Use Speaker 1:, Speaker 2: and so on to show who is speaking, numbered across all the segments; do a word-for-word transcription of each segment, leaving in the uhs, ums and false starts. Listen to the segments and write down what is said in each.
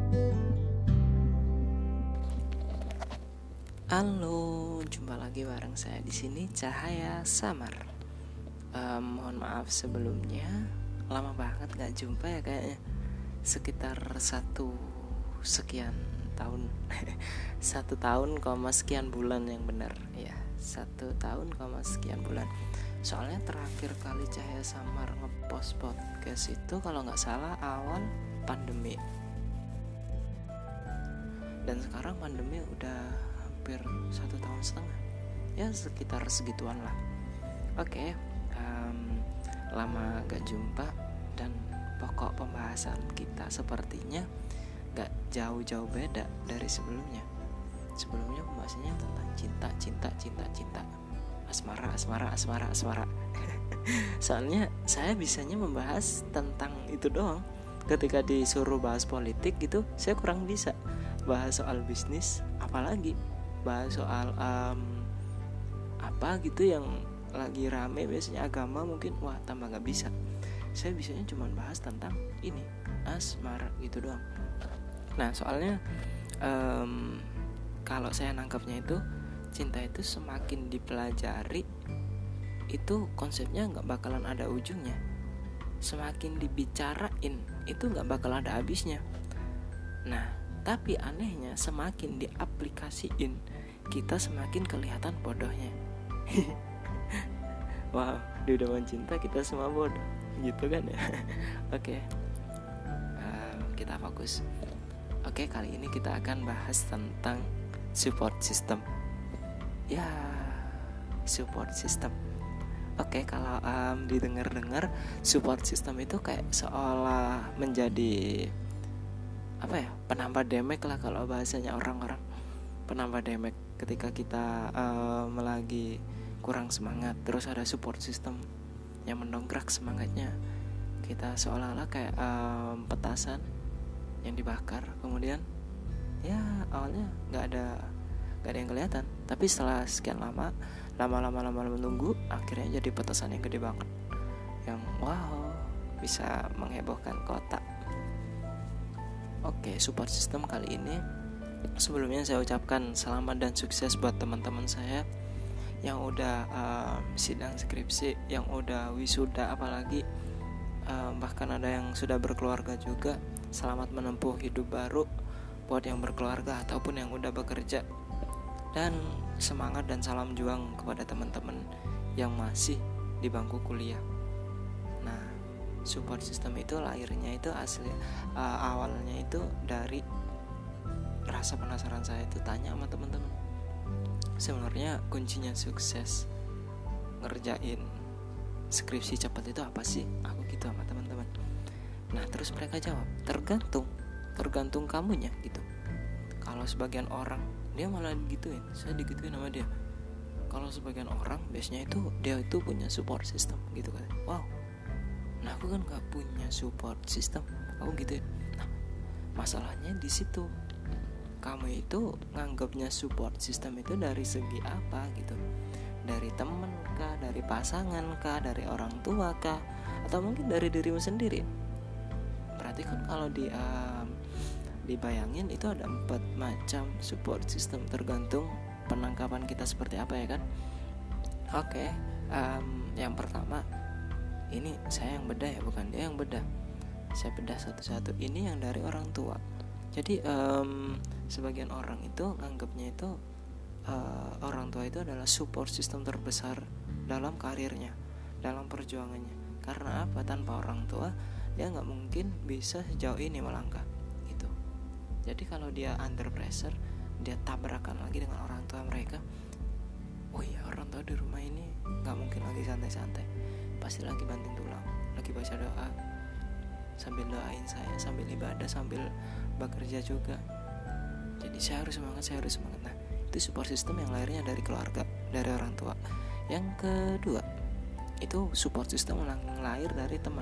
Speaker 1: Halo, jumpa lagi bareng saya di sini Cahaya Samar. Um, mohon maaf sebelumnya, lama banget gak jumpa ya kayaknya. Sekitar satu sekian tahun, satu tahun koma sekian bulan yang benar ya, satu tahun koma sekian bulan. Soalnya terakhir kali Cahaya Samar ngepost podcast itu kalau nggak salah awal pandemi. Dan sekarang pandemi udah hampir satu tahun setengah, ya sekitar segituan lah. Oke, um, lama gak jumpa dan pokok pembahasan kita sepertinya gak jauh-jauh beda dari sebelumnya. Sebelumnya pembahasannya tentang cinta, cinta, cinta, cinta, asmara, asmara, asmara, asmara. Soalnya saya bisanya membahas tentang itu doang. Ketika disuruh bahas politik gitu, saya kurang bisa bahas soal bisnis, apalagi bahas soal um, apa gitu yang lagi rame, biasanya agama mungkin, wah tambah gak bisa. Saya bisanya cuma bahas tentang ini, asmara gitu doang. Nah soalnya um, kalau saya nangkapnya itu, cinta itu semakin dipelajari itu konsepnya gak bakalan ada ujungnya. Semakin dibicarain itu gak bakal ada habisnya. Nah tapi anehnya semakin diaplikasiin, kita semakin kelihatan bodohnya. Wow, di depan cinta kita semua bodoh, gitu kan ya. Oke, okay. uh, kita fokus. Oke, okay, kali ini kita akan bahas tentang support system. Ya, support system. Oke, okay, kalau um, didengar-dengar support system itu kayak seolah menjadi apa ya, penambah damage lah kalau bahasanya orang-orang. Penambah damage ketika kita um, lagi kurang semangat, terus ada support system yang mendongkrak semangatnya. Kita seolah-olah kayak um, petasan yang dibakar, kemudian ya awalnya nggak ada nggak ada yang kelihatan, tapi setelah sekian lama lama-lama lama menunggu, akhirnya jadi petasan yang gede banget, yang wow bisa menghebohkan kota. Oke, support system kali ini, sebelumnya saya ucapkan selamat dan sukses buat teman-teman saya yang udah um, sidang skripsi, yang udah wisuda, apalagi um, bahkan ada yang sudah berkeluarga juga. Selamat menempuh hidup baru buat yang berkeluarga ataupun yang udah bekerja. Dan semangat dan salam juang kepada teman-teman yang masih di bangku kuliah. Nah, support system itu lahirnya itu asli uh, awalnya itu dari rasa penasaran saya itu tanya sama teman-teman, sebenarnya kuncinya sukses ngerjain skripsi cepat itu apa sih? Aku gitu sama teman-teman. Nah terus mereka jawab, tergantung tergantung kamunya gitu. Kalau sebagian orang dia malah digituin, saya digituin sama dia. Kalau sebagian orang biasanya itu dia itu punya support system gitu kan. Wow, nah aku kan gak punya support system, aku gituin. Nah masalahnya di situ, kamu itu nganggapnya support system itu dari segi apa gitu? Dari temen kah, dari pasangan kah, dari orang tua kah, atau mungkin dari dirimu sendiri? Berarti kan kalau di um, dibayangin itu ada empat macam support system, tergantung penangkapan kita seperti apa ya kan? Oke, okay, um, yang pertama ini saya yang bedah ya, bukan dia yang bedah. Saya bedah satu-satu. Ini yang dari orang tua. Jadi um, sebagian orang itu nganggapnya itu uh, orang tua itu adalah support system terbesar dalam karirnya, dalam perjuangannya. Karena apa? Tanpa orang tua dia nggak mungkin bisa sejauh ini melangkah gitu. Jadi kalau dia under pressure, dia tabrakan lagi dengan orang tua mereka. Oh iya, orang tua di rumah ini nggak mungkin lagi santai-santai, pasti lagi banting tulang, lagi baca doa, sambil doain saya, sambil ibadah, sambil bekerja juga. Jadi saya harus semangat, saya harus semangat. Nah itu support system yang lahirnya dari keluarga, dari orang tua. Yang kedua itu support system yang lahir dari teman.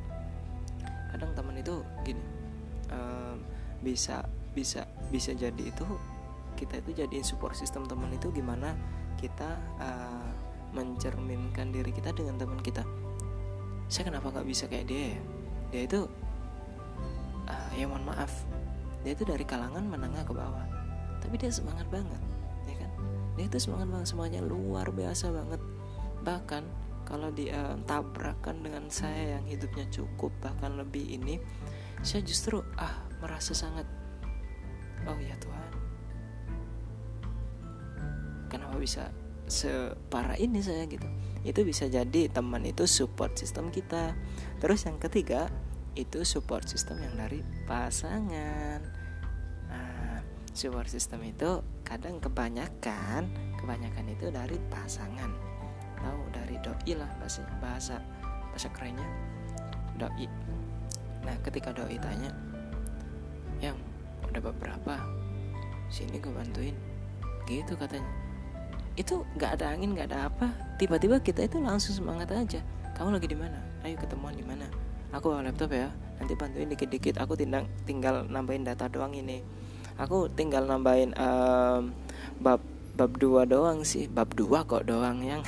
Speaker 1: Kadang teman itu gini, um, bisa bisa bisa jadi itu kita itu jadiin support system teman itu gimana kita uh, mencerminkan diri kita dengan teman kita. Saya kenapa nggak bisa kayak dia ya? Dia itu uh, ya mohon maaf, dia itu dari kalangan menengah ke bawah, tapi dia semangat banget, ya kan? Dia itu semangat banget, semuanya luar biasa banget. Bahkan kalau dia tabrakan dengan saya yang hidupnya cukup bahkan lebih ini, saya justru ah merasa sangat, oh ya Tuhan, kenapa bisa separah ini saya gitu. Itu bisa jadi teman itu support system kita. Terus yang ketiga itu support system yang dari pasangan. Nah, support system itu kadang kebanyakan kebanyakan itu dari pasangan. Tahu, dari doi lah bahasa bahasa bahasa kerennya doi. Nah, ketika doi tanya, yang udah beberapa sini gue bantuin, gitu katanya. Itu nggak ada angin, nggak ada apa, tiba-tiba kita itu langsung semangat aja. Kamu lagi di mana? Ayo ketemuan di mana? Aku bawa laptop ya, nanti bantuin dikit-dikit. Aku tinggal tinggal nambahin data doang ini. Aku tinggal nambahin um, bab bab dua doang sih, bab dua kok doang yang.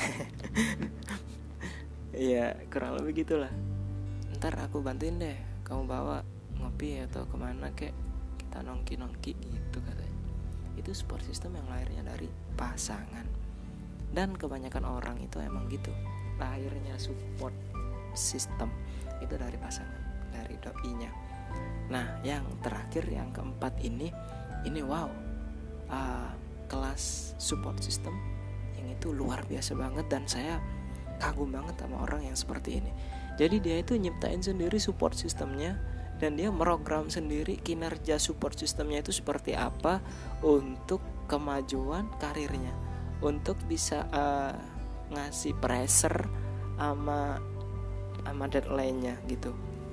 Speaker 1: Iya, kurang lebih gitulah. Ntar aku bantuin deh, kamu bawa ngopi atau kemana kek, kita nongki-nongki gitu katanya. Itu support system yang lahirnya dari pasangan. Dan kebanyakan orang itu emang gitu, lahirnya support system itu dari pasangan, dari doinya. Nah, yang terakhir, yang keempat ini, ini wow, uh, kelas support system yang itu luar biasa banget, dan saya kagum banget sama orang yang seperti ini. Jadi dia itu nyiptain sendiri support systemnya, dan dia merogram sendiri kinerja support systemnya itu seperti apa untuk kemajuan karirnya, untuk bisa uh, ngasih pressure sama sama deadline-nya gitu.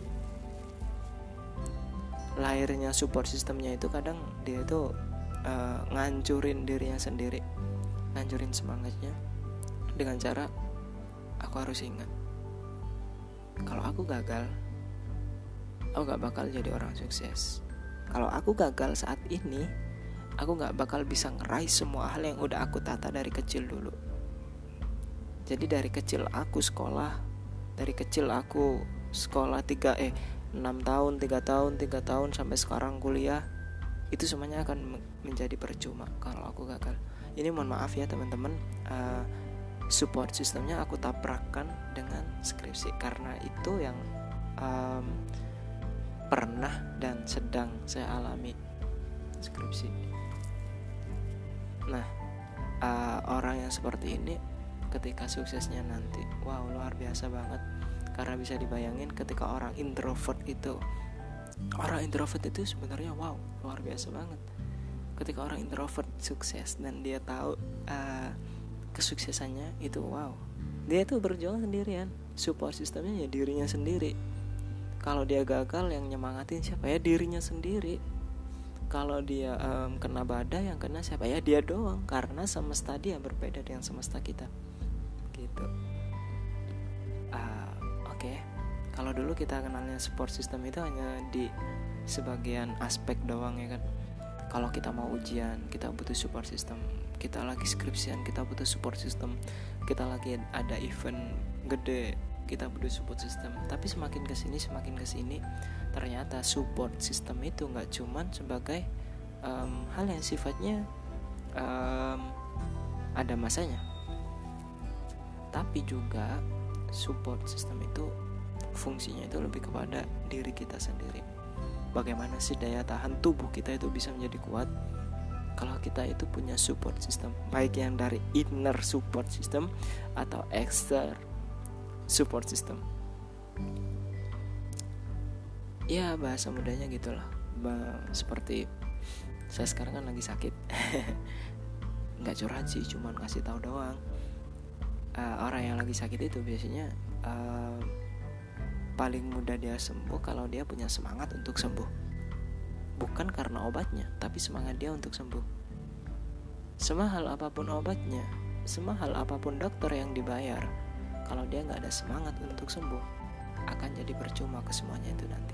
Speaker 1: Lahirnya support systemnya itu kadang dia itu uh, ngancurin dirinya sendiri, ngancurin semangatnya dengan cara, aku harus ingat, kalau aku gagal, aku gak bakal jadi orang sukses. Kalau aku gagal saat ini, aku gak bakal bisa ngeraih semua hal yang udah aku tata dari kecil dulu. Jadi dari kecil aku sekolah, dari kecil aku sekolah tiga eh enam tahun, tiga tahun, tiga tahun sampai sekarang kuliah, itu semuanya akan menjadi percuma kalau aku gagal. Ini mohon maaf ya teman-teman, uh, support sistemnya aku tabrakan dengan skripsi, karena itu yang um, pernah dan sedang saya alami, skripsi. Nah, uh, orang yang seperti ini ketika suksesnya nanti, wow, luar biasa banget. Karena bisa dibayangin ketika orang introvert itu, orang introvert itu sebenarnya wow, luar biasa banget. Ketika orang introvert sukses dan dia tahu uh, kesuksesannya itu wow, dia itu berjuang sendirian, support sistemnya ya dirinya sendiri. Kalau dia gagal, yang nyemangatin siapa? Ya dirinya sendiri. Kalau dia um, kena badai, yang kena siapa? Ya dia doang, karena semesta dia berbeda dengan semesta kita gitu. uh, Oke okay. Kalau dulu kita kenalnya support system itu hanya di sebagian aspek doang ya kan. Kalau kita mau ujian, kita butuh support system. Kita lagi skripsian, kita butuh support system. Kita lagi ada event gede, kita butuh support system. Tapi semakin kesini, semakin kesini, ternyata support system itu nggak cuman sebagai um, hal yang sifatnya um, ada masanya, tapi juga support system itu fungsinya itu lebih kepada diri kita sendiri. Bagaimana sih daya tahan tubuh kita itu bisa menjadi kuat kalau kita itu punya support system, baik yang dari inner support system atau external support system. Ya bahasa mudanya gitulah. Ba- seperti saya sekarang kan lagi sakit. Nggak curhat sih, cuman ngasih tahu doang. Uh, orang yang lagi sakit itu biasanya uh, paling mudah dia sembuh kalau dia punya semangat untuk sembuh. Bukan karena obatnya, tapi semangat dia untuk sembuh. Semahal apapun obatnya, semahal apapun dokter yang dibayar, kalau dia gak ada semangat untuk sembuh, akan jadi percuma kesemuanya itu nanti.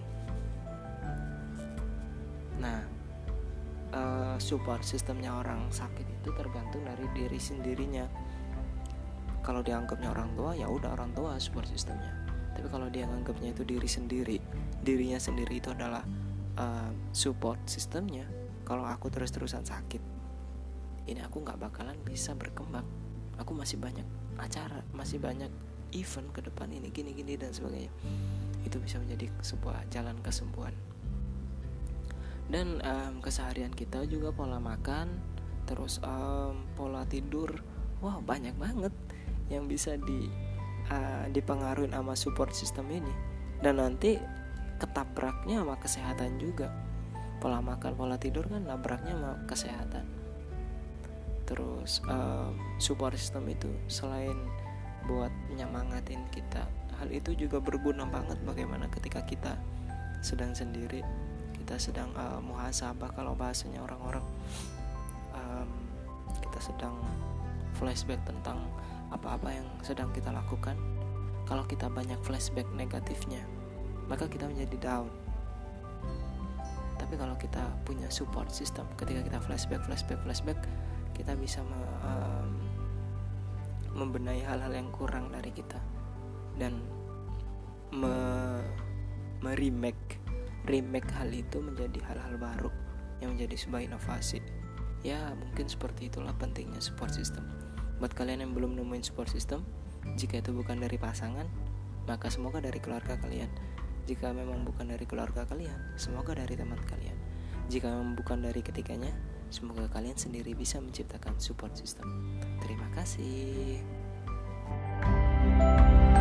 Speaker 1: Nah, uh, support sistemnya orang sakit itu tergantung dari diri sendirinya. Kalau dianggapnya orang tua, ya udah orang tua support sistemnya. Tapi kalau dia nganggapnya itu diri sendiri, dirinya sendiri itu adalah uh, support sistemnya, kalau aku terus-terusan sakit, ini aku nggak bakalan bisa berkembang. Aku masih banyak acara, masih banyak event ke depan ini, gini-gini dan sebagainya. Itu bisa menjadi sebuah jalan kesembuhan. Dan um, keseharian kita juga pola makan, terus um, pola tidur, wah banyak banget yang bisa di uh, dipengaruhi sama support system ini. Dan nanti ketabraknya sama kesehatan juga. Pola makan, pola tidur kan nabraknya sama kesehatan. Terus um, support system itu selain buat nyemangatin kita, hal itu juga berguna banget bagaimana ketika kita sedang sendiri, kita sedang uh, muhasabah kalau bahasanya orang-orang, um, kita sedang flashback tentang apa-apa yang sedang kita lakukan. Kalau kita banyak flashback negatifnya, maka kita menjadi down. Tapi kalau kita punya support system, ketika kita flashback, flashback, flashback, kita bisa me- um, membenahi hal-hal yang kurang dari kita dan me- meremake remake hal itu menjadi hal-hal baru yang menjadi sebuah inovasi. Ya mungkin seperti itulah pentingnya support system. Buat kalian yang belum nemuin support system, jika itu bukan dari pasangan, maka semoga dari keluarga kalian. Jika memang bukan dari keluarga kalian, semoga dari teman kalian. Jika memang bukan dari ketiganya, semoga kalian sendiri bisa menciptakan support system. Terima kasih.